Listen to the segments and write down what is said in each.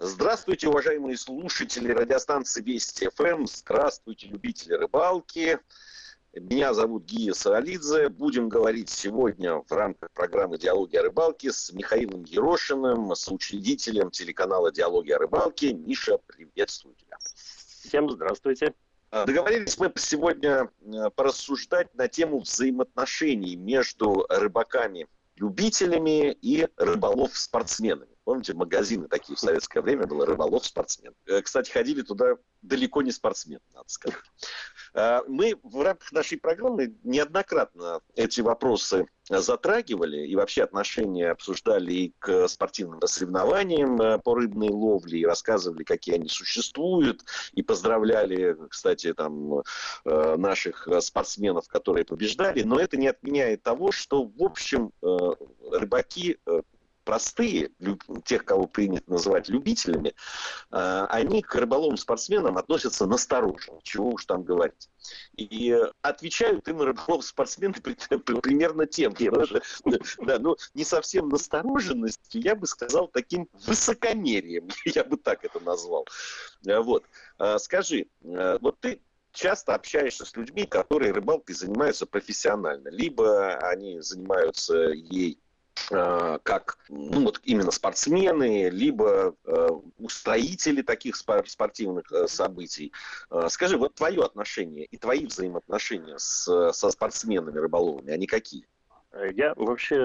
Здравствуйте, уважаемые слушатели радиостанции Вести ФМ. Здравствуйте, любители рыбалки. Меня зовут Гия Саралидзе. Будем говорить сегодня в рамках программы «Диалоги о рыбалке» с Михаилом Ерошиным, соучредителем телеканала «Диалоги о рыбалке». Миша, приветствую тебя. Всем здравствуйте. Договорились мы сегодня порассуждать на тему взаимоотношений между рыбаками-любителями и рыболов-спортсменами. Помните, магазины такие в советское время было, рыболов-спортсмен. Кстати, ходили туда далеко не спортсмены, надо сказать. Мы в рамках нашей программы неоднократно эти вопросы затрагивали и вообще отношения обсуждали и к спортивным соревнованиям по рыбной ловле, и рассказывали, какие они существуют, и поздравляли, кстати, там, наших спортсменов, которые побеждали. Но это не отменяет того, что, в общем, рыбаки простые, тех, кого принято называть любителями, они к рыболовным спортсменам относятся настороженно, чего уж там говорить. И отвечают им рыболов-спортсмены примерно тем же. Да, ну, не совсем настороженностью, я бы сказал, таким высокомерием, я бы так это назвал. Вот. Скажи, вот ты часто общаешься с людьми, которые рыбалкой занимаются профессионально, либо они занимаются ей как вот именно спортсмены, либо устроители таких спортивных событий. Скажи, вот твое отношение и твои взаимоотношения со спортсменами рыболовными, они какие? Я вообще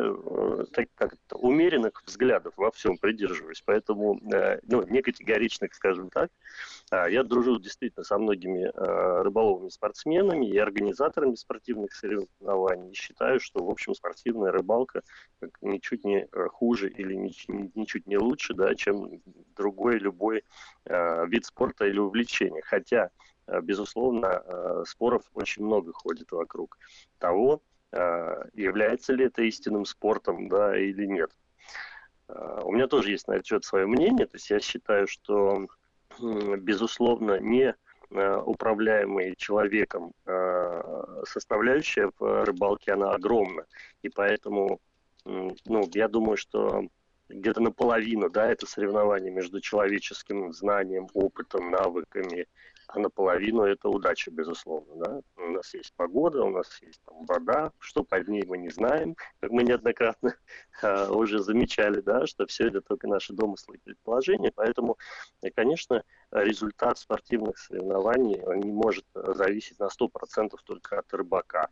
умеренных взглядов во всем придерживаюсь, поэтому не категоричных, скажем так. Я дружу действительно со многими рыболовными спортсменами и организаторами спортивных соревнований. И считаю, что, в общем, спортивная рыбалка ничуть не хуже или ничуть не лучше, да, чем другой любой вид спорта или увлечения. Хотя, безусловно, споров очень много ходит вокруг того, является ли это истинным спортом, да, или нет. У меня тоже есть на этот счет свое мнение. То есть я считаю, что, безусловно, не управляемая человеком составляющая в рыбалке, она огромна. И поэтому, я думаю, что где-то наполовину, да, это соревнование между человеческим знанием, опытом, навыками, а наполовину это удача, безусловно, да. У нас есть погода, у нас есть там вода, что под ней мы не знаем, как мы неоднократно уже замечали, да, что все это только наши домыслы и предположения, поэтому, конечно, результат спортивных соревнований не может зависеть на 100% только от рыбака.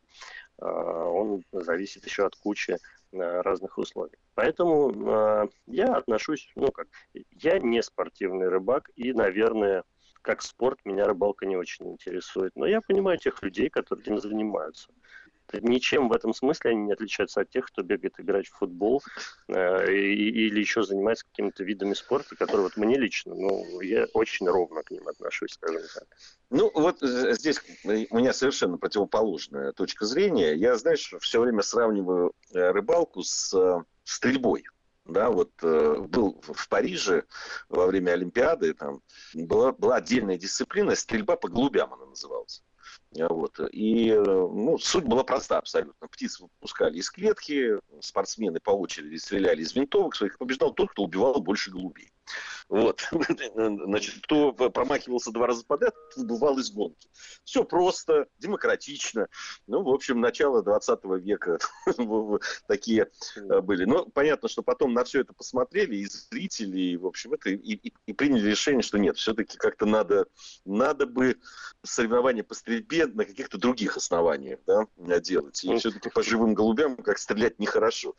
Он зависит еще от кучи разных условий. Поэтому я отношусь, я не спортивный рыбак, и, наверное, как спорт меня рыбалка не очень интересует. Но я понимаю тех людей, которые этим занимаются. Ничем в этом смысле они не отличаются от тех, кто бегает играть в футбол или еще занимается какими-то видами спорта, которые вот мне лично, я очень ровно к ним отношусь, скажем так. Вот здесь у меня совершенно противоположная точка зрения. Я, знаешь, все время сравниваю рыбалку с стрельбой. Да, вот был в Париже во время Олимпиады, там была отдельная дисциплина, стрельба по голубям она называлась. Вот. И суть была проста абсолютно. Птиц выпускали из клетки, спортсмены по очереди стреляли из винтовок своих, побеждал тот, кто убивал больше голубей. Вот. Значит, кто промахивался 2 раза подряд, выбывал из гонки. Все просто, демократично. В общем, начало 20 века такие были. Но понятно, что потом на все это посмотрели и зрители, и, в общем, это и приняли решение, что нет, все-таки как-то надо бы соревнования по стрельбе на каких-то других основаниях, да, делать. И все-таки по живым голубям как стрелять нехорошо.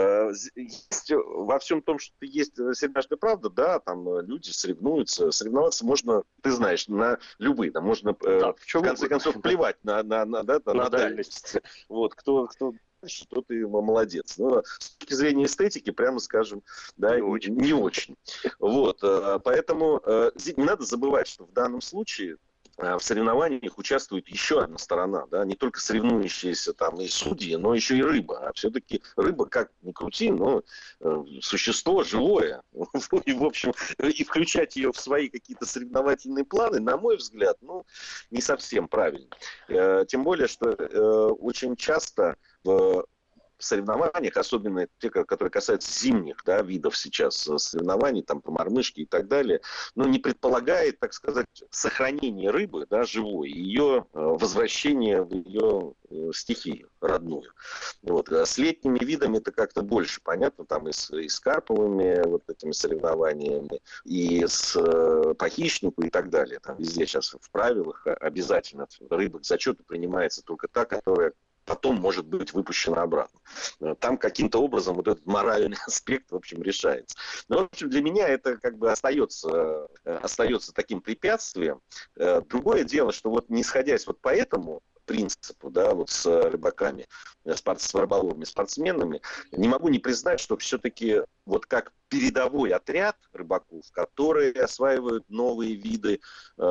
Во всем том, что есть серьезная правда, да, там люди соревнуются. Соревноваться можно, ты знаешь, на любые. Там можно, в конце концов, плевать на дальность. Вот, кто что ты молодец. Но с точки зрения эстетики, прямо скажем, да, не очень. Вот, поэтому не надо забывать, что в данном случае в соревнованиях участвует еще одна сторона, да, не только соревнующиеся там и судьи, но еще и рыба. А все-таки рыба, как ни крути, но существо живое. И, в общем, и включать ее в свои какие-то соревновательные планы, на мой взгляд, не совсем правильно. Тем более, что очень часто соревнованиях, особенно те, которые касаются зимних, да, видов сейчас соревнований, там, по мормышке и так далее, но не предполагает, так сказать, сохранение рыбы, да, живой, ее возвращение в ее стихию родную. Вот. А с летними видами это как-то больше понятно, там и с карповыми вот этими соревнованиями, и по хищнику и так далее. Там везде сейчас в правилах обязательно рыба к зачету принимается только та, которая потом может быть выпущена обратно. Там каким-то образом вот этот моральный аспект, в общем, решается. Но, в общем, для меня это как бы остается таким препятствием. Другое дело, что вот не сходясь вот по этому принципу, да, вот с рыбаками, с рыболовными спортсменами, не могу не признать, что все-таки вот как передовой отряд рыбаков, которые осваивают новые виды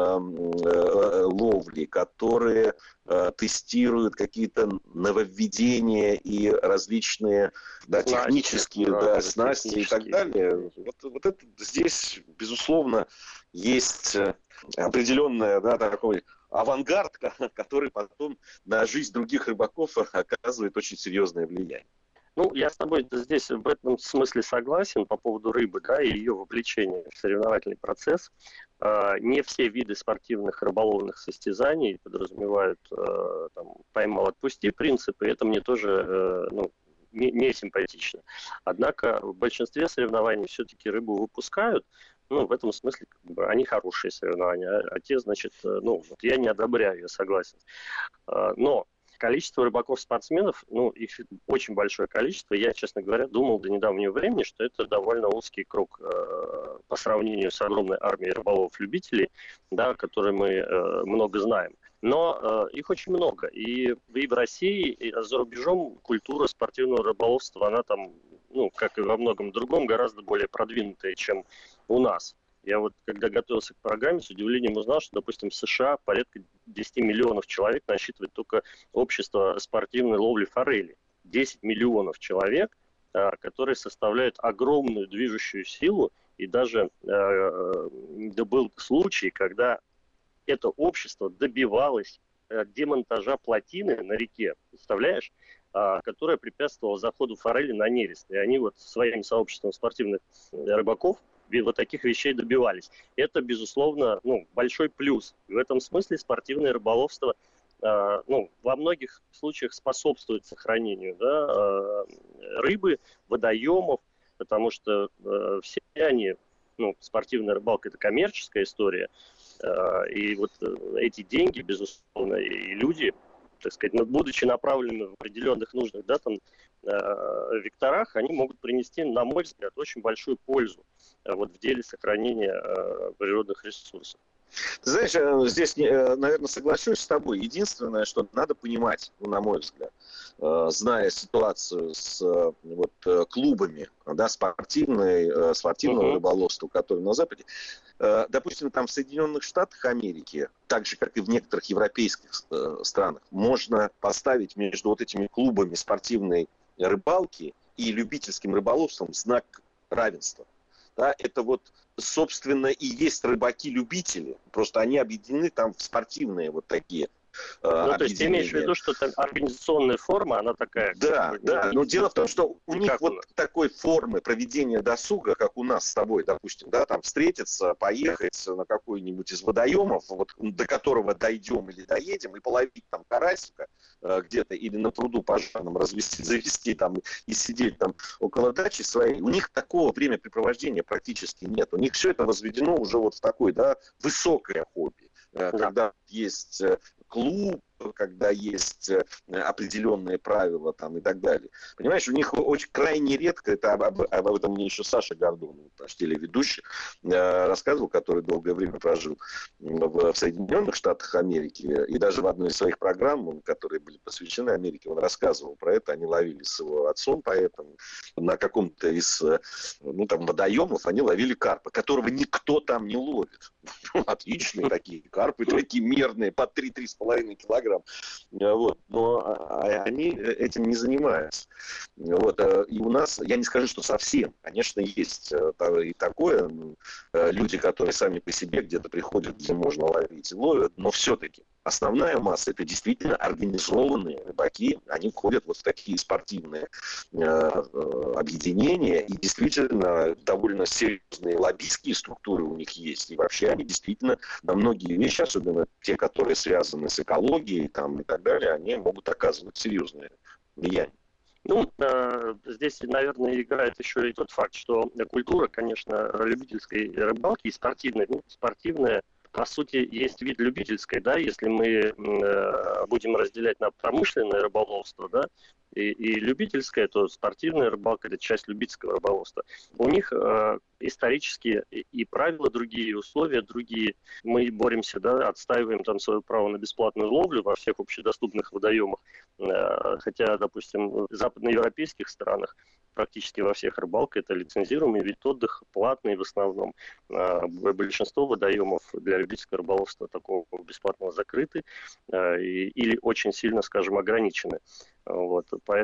ловли, которые тестируют какие-то нововведения и различные технические снасти и так далее. Вот это здесь, безусловно, есть определенная, да, такой авангард, который потом на жизнь других рыбаков оказывает очень серьезное влияние. Ну, я с тобой здесь в этом смысле согласен по поводу рыбы, да, и ее вовлечения в соревновательный процесс. Не все виды спортивных рыболовных состязаний подразумевают там, поймал, отпусти принципы, это мне тоже не симпатично. Однако в большинстве соревнований все-таки рыбу выпускают. Ну, в этом смысле как бы, они хорошие соревнования, а те, значит, вот я не одобряю, я согласен. Но количество рыбаков-спортсменов, их очень большое количество. Я, честно говоря, думал до недавнего времени, что это довольно узкий круг по сравнению с огромной армией рыболовов-любителей, да, которые мы много знаем. Но их очень много. И в России, и за рубежом культура спортивного рыболовства, она там, как и во многом другом, гораздо более продвинутая, чем у нас. Я вот, когда готовился к программе, с удивлением узнал, что, допустим, в США порядка 10 миллионов человек насчитывает только общество спортивной ловли форели. 10 миллионов человек, которые составляют огромную движущую силу. И даже был случай, когда это общество добивалось демонтажа плотины на реке, представляешь, которая препятствовала заходу форели на нерест. И они вот своим сообществом спортивных рыбаков вот таких вещей добивались. Это, безусловно, большой плюс. В этом смысле спортивное рыболовство во многих случаях способствует сохранению, да, рыбы, водоемов, потому что все они, спортивная рыбалка – это коммерческая история, и вот эти деньги, безусловно, и люди, так сказать, будучи направленными в определенных нужных, да, там, векторах, они могут принести, на мой взгляд, очень большую пользу вот в деле сохранения природных ресурсов. Ты знаешь, здесь, наверное, соглашусь с тобой. Единственное, что надо понимать, на мой взгляд, зная ситуацию с клубами, да, спортивного рыболовства, которые на Западе, допустим, там в Соединенных Штатах Америки, так же, как и в некоторых европейских странах, можно поставить между вот этими клубами спортивной рыбалки и любительским рыболовством знак равенства. Да, это вот, собственно, и есть рыбаки-любители. Просто они объединены там в спортивные вот такие то есть ты имеешь в виду, что там организационная форма, она такая... Да, но дело в том, что у них вот такой формы проведения досуга, как у нас с тобой, допустим, да, там встретиться, поехать на какой-нибудь из водоемов, вот, до которого дойдем или доедем, и половить там карасика где-то, или на пруду пожарном завести там и сидеть там около дачи своей. У них такого времяпрепровождения практически нет. У них все это возведено уже вот в такой, да, высокое хобби. Когда есть клуб, когда есть определенные правила там, и так далее. Понимаешь, у них очень крайне редко, это об этом мне еще Саша Гордон, наш телеведущий, рассказывал, который долгое время прожил в Соединенных Штатах Америки, и даже в одной из своих программ, которые были посвящены Америке, он рассказывал про это, они ловили с его отцом, поэтому на каком-то из водоемов они ловили карпа, которого никто там не ловит. Отличные такие карпы, такие мерные, по 3-3,5 килограмма. Вот. Но они этим не занимаются. Вот. И у нас, я не скажу, что совсем, конечно, есть и такое. Люди, которые сами по себе где-то приходят, где можно ловить и ловят, но все-таки основная масса это действительно организованные рыбаки, они входят вот в такие спортивные объединения, и действительно довольно серьезные лоббистские структуры у них есть, и вообще они действительно на многие вещи, особенно те, которые связаны с экологией там, и так далее, они могут оказывать серьезное влияние. Ну, здесь, наверное, играет еще и тот факт, что культура, конечно, любительской рыбалки и спортивной, ну, спортивная, по сути, есть вид любительской, да, если мы будем разделять на промышленное рыболовство, да, и любительское, то спортивная рыбалка – это часть любительского рыболовства. У них исторически и правила другие, и условия другие. Мы боремся, да, отстаиваем там свое право на бесплатную ловлю во всех общедоступных водоемах, хотя, допустим, в западноевропейских странах практически во всех рыбалка это лицензируемый вид отдыха, платный в основном. Большинство водоемов для любительского рыболовства такого бесплатного закрыты или очень сильно, скажем, ограничены. Вот,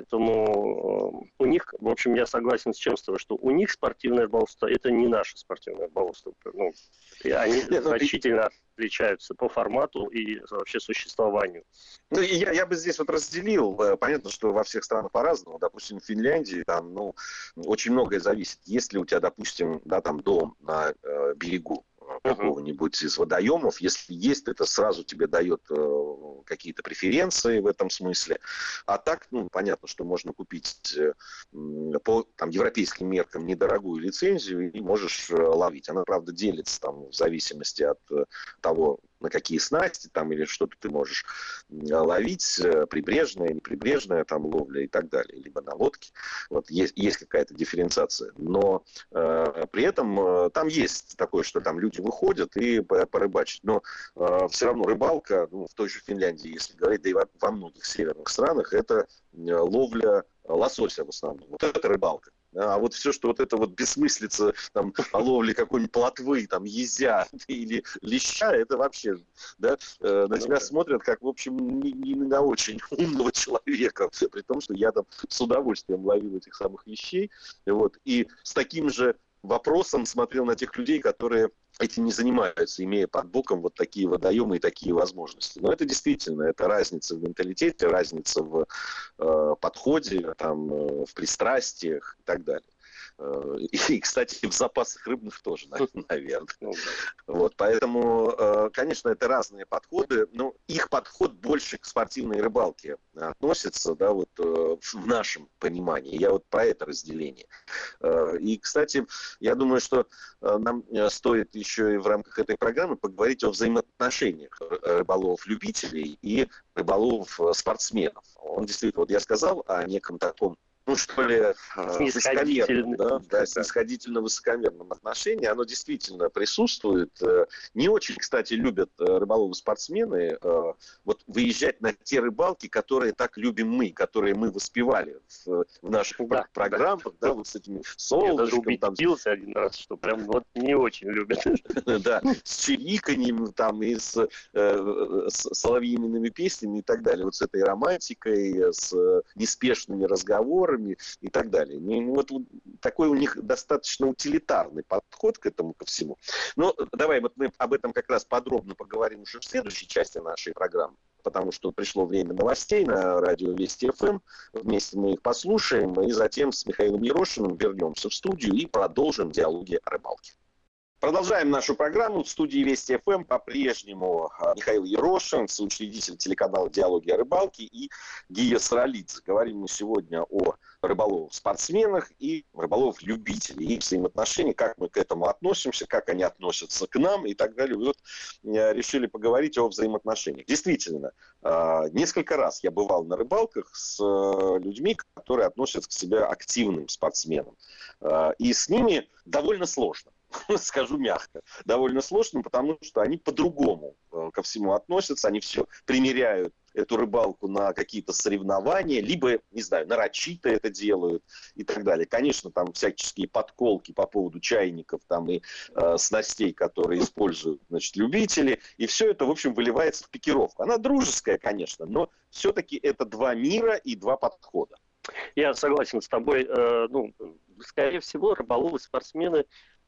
поэтому у них, в общем, я согласен с Чемстовым, что у них спортивное рыболовство это не наше спортивное рыболовство. Ну, и они значительно отличаются по формату и вообще существованию. Ну, я бы здесь вот разделил. Понятно, что во всех странах по-разному. Допустим, в Финляндии там, ну, очень многое зависит. Если у тебя, допустим, да, там дом на берегу какого-нибудь из водоемов, если есть, это сразу тебе дает какие-то преференции в этом смысле. А так, ну, понятно, что можно купить по там, европейским меркам недорогую лицензию и можешь ловить. Она, правда, делится там, в зависимости от того, на какие снасти там или что-то ты можешь ловить, прибрежная, неприбрежная там ловля и так далее, либо на лодке. Вот есть какая-то дифференциация. Но при этом там есть такое, что там люди выходят и порыбачат. Но все равно рыбалка, ну, в той же Финляндии, если говорить, да и во многих северных странах, это ловля лосося в основном. Вот это рыбалка. А вот все, что вот это вот бессмыслица там, о ловле какой-нибудь плотвы, там, езя или леща, это вообще, да, на тебя смотрят как, в общем, не на очень умного человека, при том, что я там с удовольствием ловил этих самых лещей, вот, и с таким же вопросом смотрел на тех людей, которые этим не занимаются, имея под боком вот такие водоемы и такие возможности. Но это действительно, это разница в менталитете, разница в подходе, там, в пристрастиях и так далее. И, кстати, в запасах рыбных тоже, наверное. Вот, поэтому, конечно, это разные подходы, но их подход больше к спортивной рыбалке относится, да, вот в нашем понимании. Я вот про это разделение. И, кстати, я думаю, что нам стоит еще и в рамках этой программы поговорить о взаимоотношениях рыболовов-любителей и рыболовов-спортсменов. Он действительно, вот я сказал о неком таком, ну, что ли, снисходительно-высокомерном отношении, оно действительно присутствует. Не очень, кстати, любят рыболовы-спортсмены вот выезжать на те рыбалки, которые так любим мы, которые мы воспевали в наших программах, да, вот с этими солнышком. Я даже убедился один раз, что прям вот не очень любят. Да, с чириканьем там и с соловьиными песнями и так далее. Вот с этой романтикой, с неспешными разговорами и так далее. Вот такой у них достаточно утилитарный подход к этому ко всему. Но давай вот мы об этом как раз подробно поговорим уже в следующей части нашей программы, потому что пришло время новостей на радио Вести ФМ. Вместе мы их послушаем, и затем с Михаилом Ерошиным вернемся в студию и продолжим диалоги о рыбалке. Продолжаем нашу программу. В студии Вести ФМ по-прежнему Михаил Ерошин, соучредитель телеканала «Диалоги о рыбалке», и Гия Саралидзе. Говорим мы сегодня о рыболовах-спортсменах и рыболовов-любителей, их взаимоотношений, как мы к этому относимся, как они относятся к нам и так далее. Вот решили поговорить о взаимоотношениях. Действительно, несколько раз я бывал на рыбалках с людьми, которые относятся к себе активным спортсменам. И с ними довольно сложно. Скажу мягко, довольно сложно, потому что они по-другому ко всему относятся, они все примеряют эту рыбалку на какие-то соревнования, либо, не знаю, нарочито это делают и так далее. Конечно, там всяческие подколки по поводу чайников там, и снастей, которые используют, значит, любители, и все это, в общем, выливается в пикировку. Она дружеская, конечно, но все-таки это два мира и два подхода. Я согласен с тобой. Ну, скорее всего, рыболовы, спортсмены,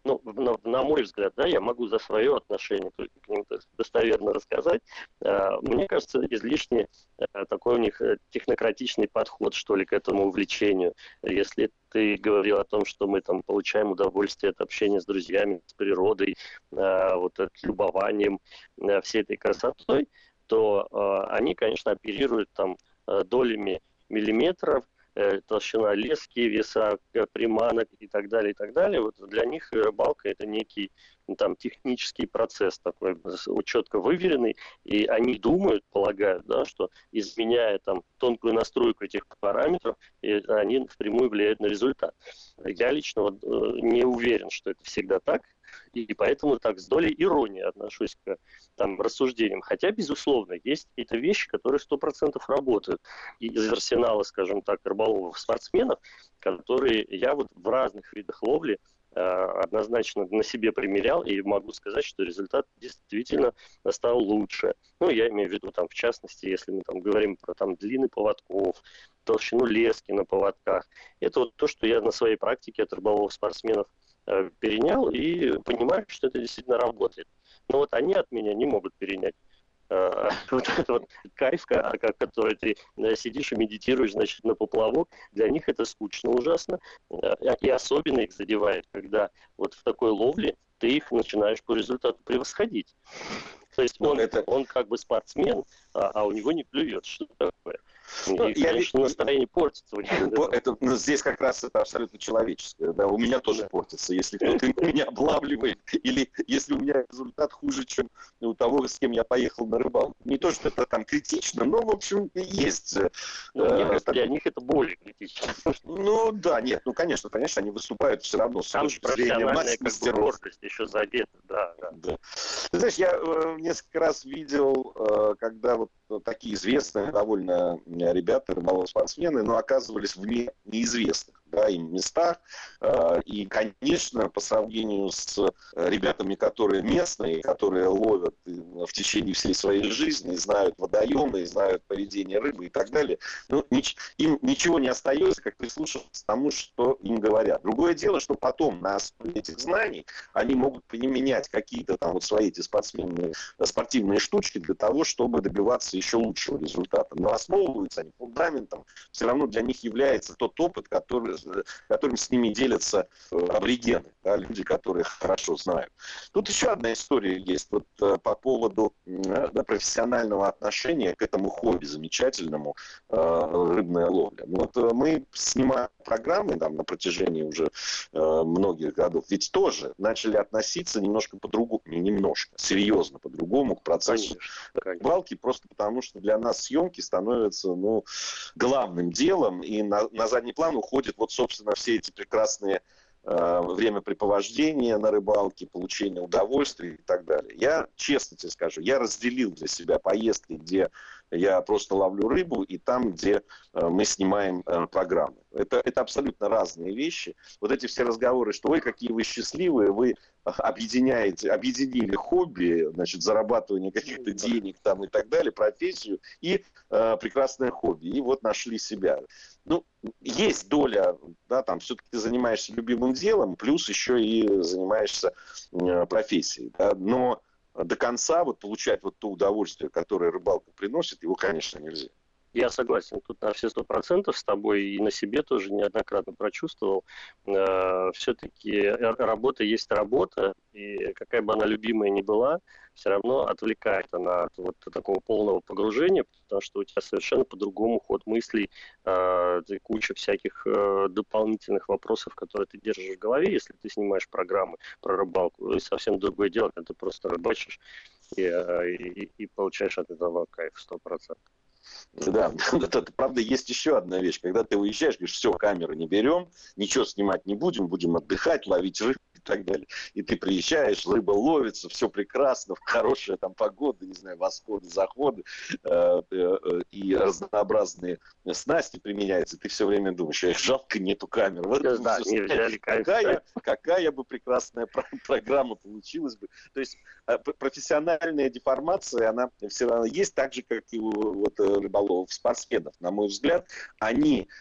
ну, на мой взгляд, да, я могу за свое отношение только к ним достоверно рассказать. Мне кажется, излишне такой у них технократичный подход, что ли, к этому увлечению. Если ты говорил о том, что мы там получаем удовольствие от общения с друзьями, с природой, вот от любованием всей этой красотой, то они, конечно, оперируют там долями миллиметров, толщина лески, веса приманок и так далее, и так далее. Вот для них рыбалка — это некий там технический процесс такой четко выверенный, и они думают, полагают, да, что изменяя там тонкую настройку этих параметров, они впрямую влияют на результат. Я лично вот, не уверен, что это всегда так, и поэтому так с долей иронии отношусь к там рассуждениям. Хотя, безусловно, есть какие-то вещи, которые 100% работают. И из арсенала, скажем так, рыболовов-спортсменов, которые я вот в разных видах ловли однозначно на себе примерял, и могу сказать, что результат действительно стал лучше. Ну, я имею в виду, там, в частности, если мы там говорим про там, длины поводков, толщину лески на поводках. Это вот то, что я на своей практике от рыболовов-спортсменов перенял и понимаю, что это действительно работает. Но вот они от меня не могут перенять вот этот вот кайф, который ты сидишь и медитируешь, значит, на поплавок. Для них это скучно ужасно. И особенно их задевает, когда вот в такой ловле ты их начинаешь по результату превосходить. То есть он как бы спортсмен, а у него не клюет. Что такое? И, конечно, настроение портится. Здесь как раз это абсолютно человеческое. Да? У меня тоже портится, если кто-то меня облавливает, или если у меня результат хуже, чем у того, с кем я поехал на рыбалку. Не то, что это там критично, но, в общем, есть. Мне кажется, для них это более критично. Ну, да, нет, ну, конечно, они выступают все равно с точки зрения мастеров. Гордость еще задета, да. Ты знаешь, я несколько раз видел, когда вот такие известные довольно ребята, рыболов-спортсмены, но оказывались в неизвестных, да, им местах. И, конечно, по сравнению с ребятами, которые местные, которые ловят в течение всей своей жизни, знают водоемы, знают поведение рыбы и так далее, ну, им ничего не остается, как прислушиваться к тому, что им говорят. Другое дело, что потом на основе этих знаний они могут применять какие-то там вот свои эти спортивные штучки для того, чтобы добиваться еще лучшего результата. Но основываются они фундаментом, все равно для них является тот опыт, которым с ними делятся аборигены, да, люди, которые хорошо знают. Тут еще одна история есть вот, по поводу профессионального отношения к этому хобби замечательному, рыбная ловля. Вот мы снимаем программы там, на протяжении уже многих годов, ведь тоже начали относиться немножко по-другому, не немножко, серьезно по-другому к процессу рыбалки, просто потому что для нас съемки становятся главным делом, и на задний план уходят вот, собственно, все эти прекрасные времяпрепровождения на рыбалке, получение удовольствия и так далее. Я честно тебе скажу, я разделил для себя поездки, где я просто ловлю рыбу, и там, где мы снимаем программы. Это абсолютно разные вещи. Вот эти все разговоры, что ой, какие вы счастливые, вы объединили хобби, значит, зарабатывание каких-то денег там и так далее, профессию и прекрасное хобби. И вот нашли себя. Ну, есть доля, да, там все-таки ты занимаешься любимым делом, плюс еще и занимаешься профессией. Да, но до конца вот получать вот то удовольствие, которое рыбалка приносит, его, конечно, нельзя. Я согласен тут на все 100% с тобой, и на себе тоже неоднократно прочувствовал. Все-таки работа есть работа, и какая бы она любимая ни была, все равно отвлекает она от вот такого полного погружения, потому что у тебя совершенно по-другому ход мыслей, куча всяких дополнительных вопросов, которые ты держишь в голове, если ты снимаешь программы про рыбалку. И совсем другое дело, когда ты просто рыбачишь и получаешь от этого кайф 100%. Да, правда, есть еще одна вещь. Когда ты уезжаешь, говоришь, все, камеры не берем, ничего снимать не будем, будем отдыхать, ловить рыбу и так далее. И ты приезжаешь, рыба ловится, все прекрасно, хорошая там погода, не знаю, восходы, заходы, и разнообразные снасти применяются. И ты все время думаешь, жалко, нету камер. Да, не взяли камеру. Какая бы прекрасная программа получилась бы. То есть профессиональная деформация, она все равно есть, так же, как и у рыболовов, спортсменов. На мой взгляд, они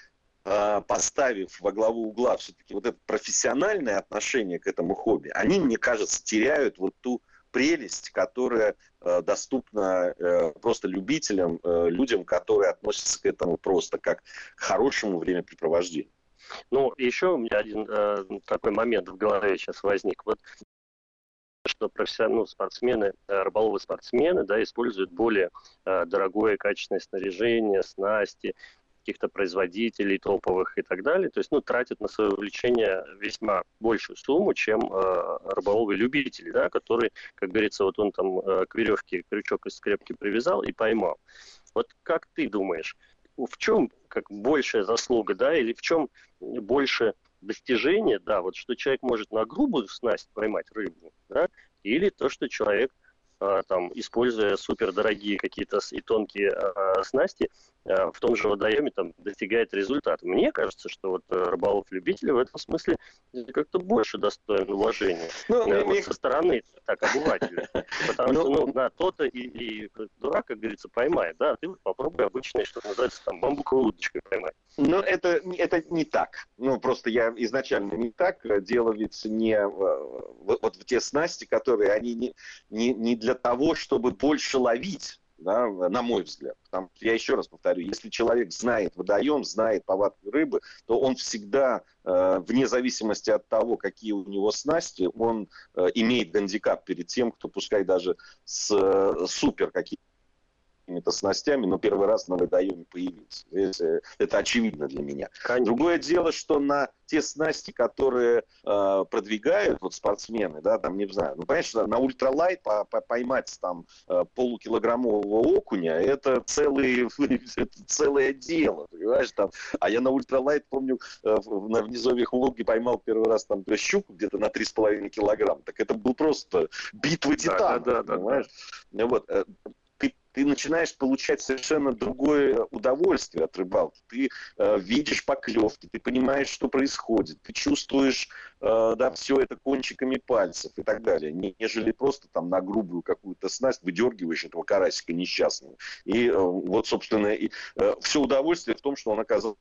поставив во главу угла все-таки вот это профессиональное отношение к этому хобби, они, мне кажется, теряют вот ту прелесть, которая доступна просто любителям, людям, которые относятся к этому просто как к хорошему времяпрепровождению. Ну, еще у меня один такой момент в голове сейчас возник. Вот что профессиональные спортсмены, рыболовы спортсмены, да, используют более дорогое качественное снаряжение, снасти, каких-то производителей топовых и так далее. То есть, тратят на свое увлечение весьма большую сумму, чем рыболовы-любители, да, которые, как говорится, вот он там к веревке крючок из скрепки привязал и поймал. Вот как ты думаешь, в чем как большая заслуга, да, или в чем больше достижение, да, вот что человек может на грубую снасть поймать рыбу, да, или то, что человек там, используя супердорогие какие-то и тонкие снасти, в том же водоеме там достигает результата. Мне кажется, что вот рыболов-любителей в этом смысле как-то больше достоин уважения. Вот со стороны, так, обывателя. Потому что, на то-то и дурак, как говорится, поймает, да, ты вот попробуй обычное, что называется, там, бамбуковой удочкой поймать. Но это не так. Просто я изначально не так. Дело ведь не вот в те снасти, которые они не для того, чтобы больше ловить, да, на мой взгляд. Потому что, я еще раз повторю, если человек знает водоем, знает повадки рыбы, то он всегда, вне зависимости от того, какие у него снасти, он имеет гандикап перед тем, кто пускай даже с супер какими-то снастями, но первый раз на водоеме появился. Это очевидно для меня. Конечно. Другое дело, что на те снасти, которые продвигают вот спортсмены, да, там, не знаю, понимаешь, на ультралайт поймать там полукилограммового окуня, это целое дело, понимаешь, там. А я на ультралайт, помню, в низовьях Волги поймал первый раз там щуку где-то на 3,5 килограмма. Так это был просто битва титанов, понимаешь? Вот. Ты начинаешь получать совершенно другое удовольствие от рыбалки. Ты видишь поклевки, ты понимаешь, что происходит, ты чувствуешь все это кончиками пальцев и так далее, нежели просто там на грубую какую-то снасть выдергиваешь этого карасика несчастного. И вот, собственно, все удовольствие в том, что он оказался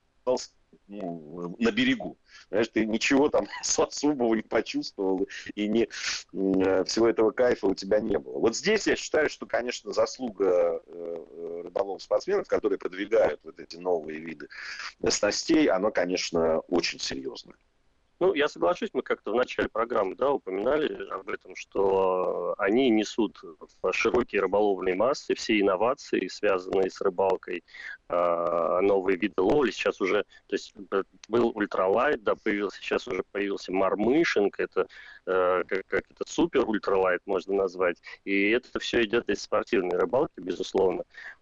на берегу. Знаешь, ты ничего там особого не почувствовал, и всего этого кайфа у тебя не было. Вот здесь я считаю, что, конечно, заслуга рыболовов-спортсменов, которые продвигают вот эти новые виды снастей, она, конечно, очень серьезная. Я соглашусь, мы как-то в начале программы, да, упоминали об этом, что они несут широкие рыболовные массы, все инновации, связанные с рыбалкой, новые виды ловли. Сейчас уже, то есть был ультралайт, да, сейчас уже появился мармышинг, это как это супер ультралайт можно назвать. И это все идет из спортивной рыбалки, безусловно.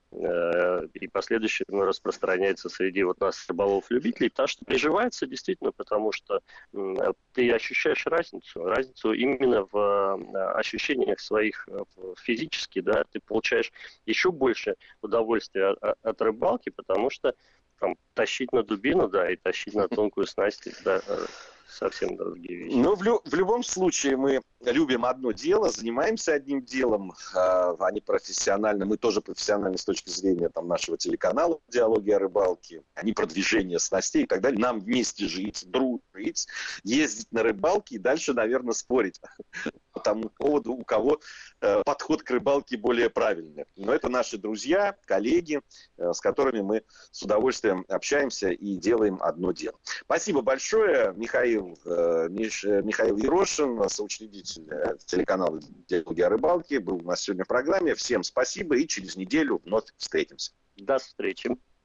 И последующее распространяется среди вот нас, рыболов-любителей, потому что приживается действительно, потому что ты ощущаешь разницу именно в ощущениях своих физически, да, ты получаешь еще больше удовольствия от рыбалки, потому что там тащить на дубину, да, и тащить на тонкую снасть, да, совсем другие вещи. В любом случае мы любим одно дело, занимаемся одним делом, они профессионально, мы тоже профессиональны с точки зрения там, нашего телеканала «Диалоги о рыбалке», они продвижение снастей и так далее. Нам вместе жить, дружить, ездить на рыбалки и дальше, наверное, спорить по тому поводу, у кого подход к рыбалке более правильный. Но это наши друзья, коллеги, с которыми мы с удовольствием общаемся и делаем одно дело. Спасибо большое, Михаил Ерошин, соучредитель телеканала «Диалоги о рыбалке», был у нас сегодня в программе. Всем спасибо и через неделю вновь встретимся. До встречи.